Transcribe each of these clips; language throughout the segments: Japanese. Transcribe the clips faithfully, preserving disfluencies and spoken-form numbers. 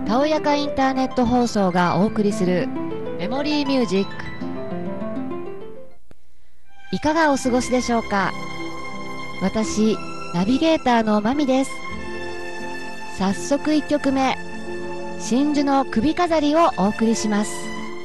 たおやかインターネット放送がお送りするメモリーミュージック、いかがお過ごしでしょうか。私ナビゲーターのまみです。早速いっきょくめ、真珠の首飾りをお送りします。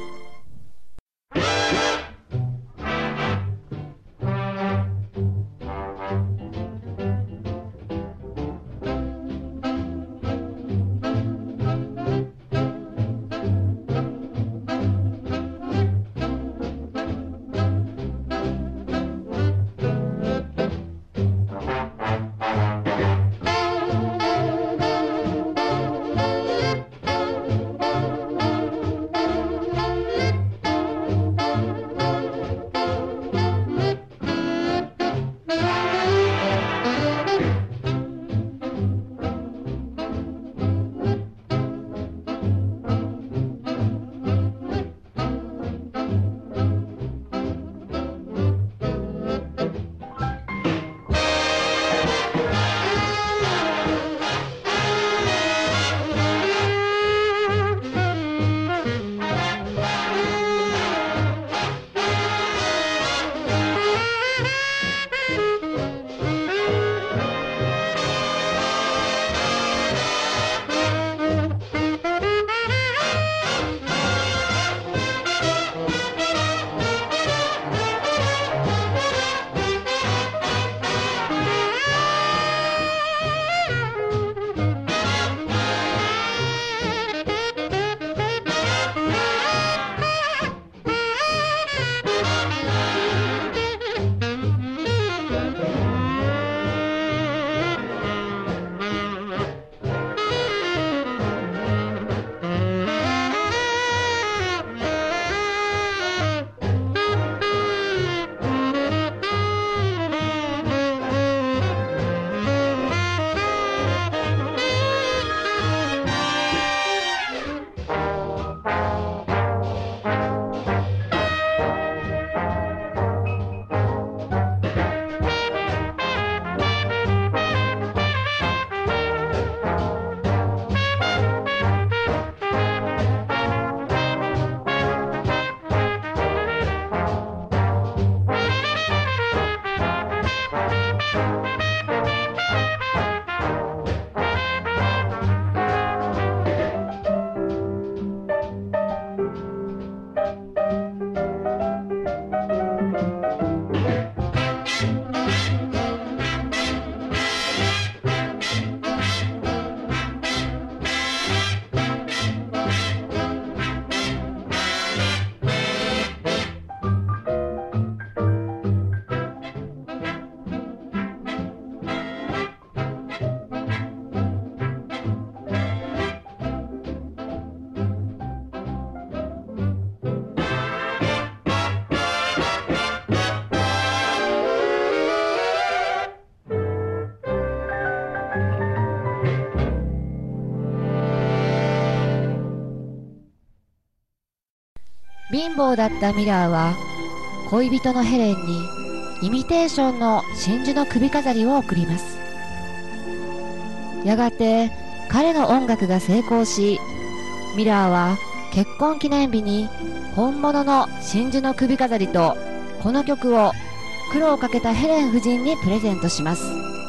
貧乏だったミラーは恋人のヘレンにイミテーションの真珠の首飾りを贈ります。やがて彼の音楽が成功し、ミラーは結婚記念日に本物の真珠の首飾りとこの曲を苦労をかけたヘレン夫人にプレゼントします。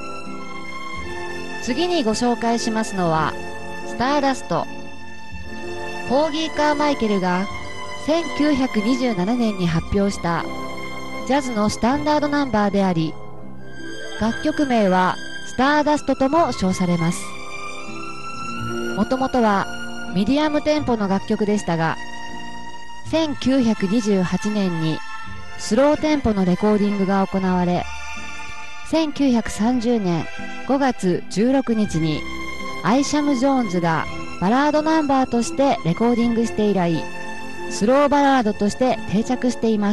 次にご紹介しますのはスターダスト。ポーギー・カーマイケルがせんきゅうひゃくにじゅうななねんに発表したジャズのスタンダードナンバーであり、楽曲名はスターダストとも称されます。もともとはミディアムテンポの楽曲でしたが、せんきゅうひゃくにじゅうはちねんにスローテンポのレコーディングが行われ、せんきゅうひゃくさんじゅうねんごがつじゅうろくにちにアイシャム・ジョーンズがバラードナンバーとしてレコーディングして以来、スローバラードとして定着しています。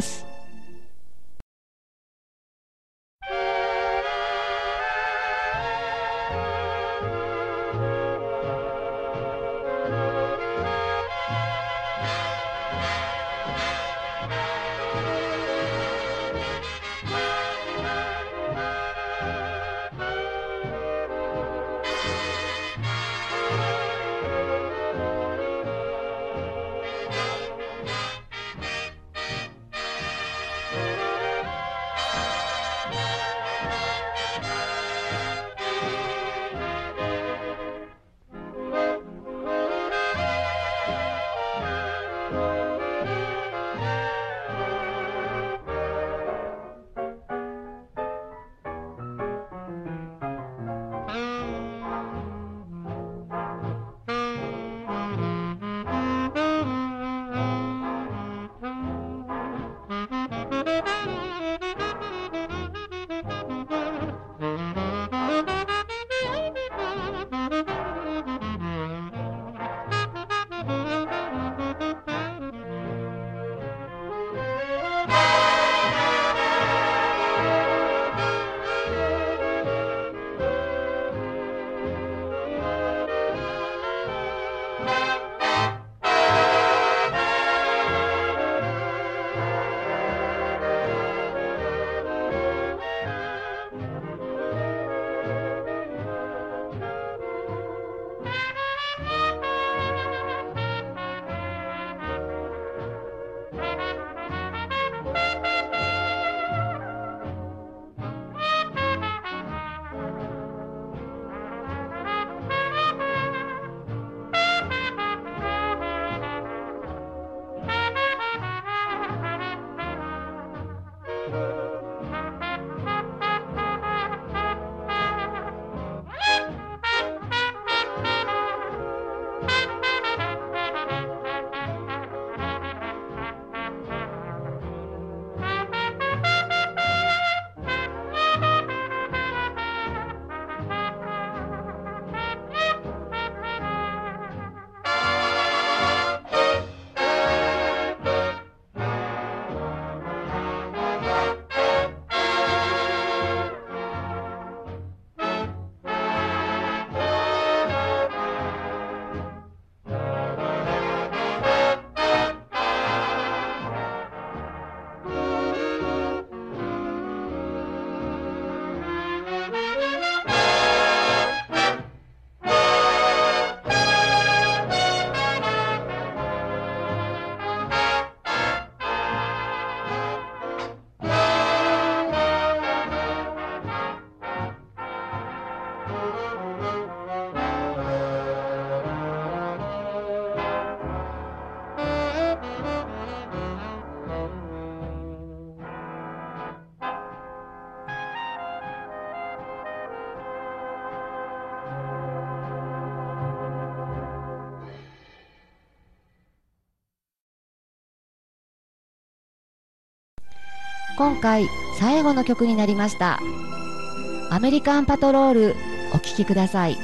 今回最後の曲になりました。アメリカンパトロール、お聴きください。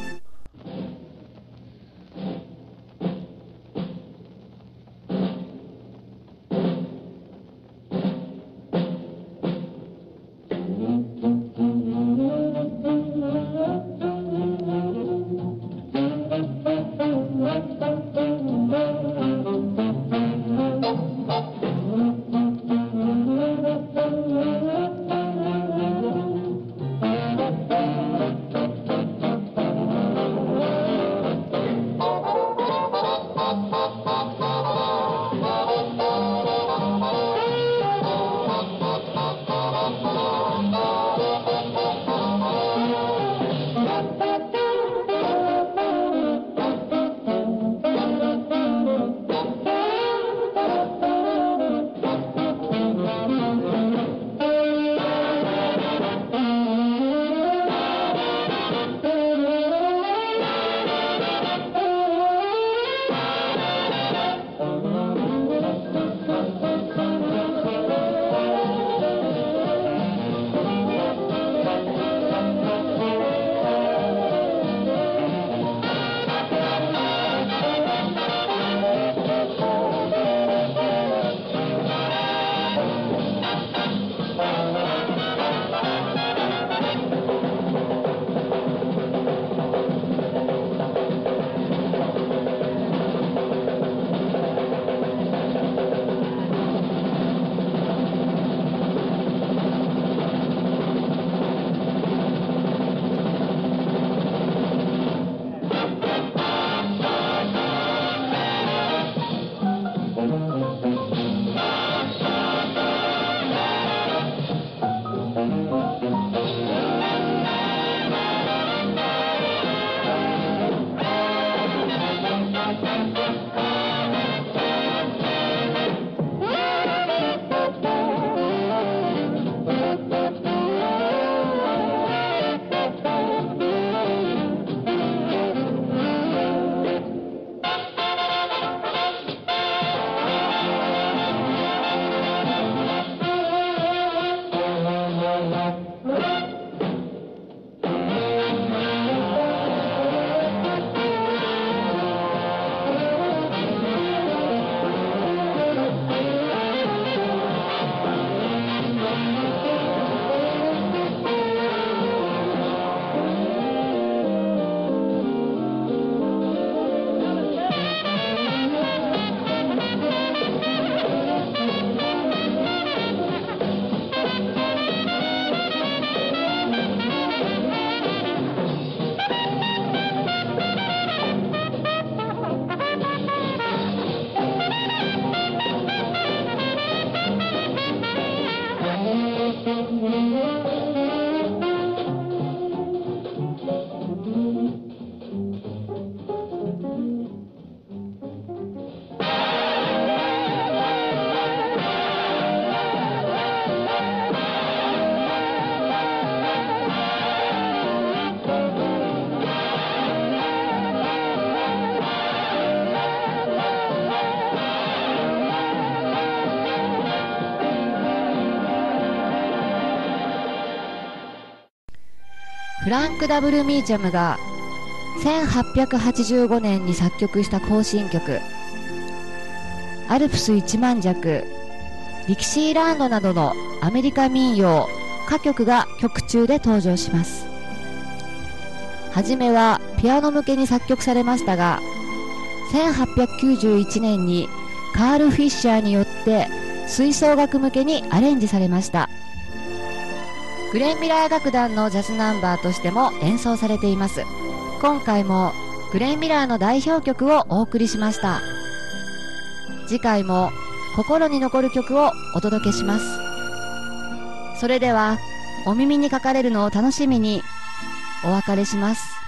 フランク・ダブル・ミーチャムがせんはっぴゃくはちじゅうごねんに作曲した行進曲「アルプス一万尺」「ディキシーランド」などのアメリカ民謡歌曲が曲中で登場します。はじめはピアノ向けに作曲されましたが、せんはっぴゃくきゅうじゅういちねんにカール・フィッシャーによって吹奏楽向けにアレンジされました。グレン・ミラー楽団のジャズナンバーとしても演奏されています。今回もグレン・ミラーの代表曲をお送りしました。次回も心に残る曲をお届けします。それではお耳にかかれるのを楽しみにお別れします。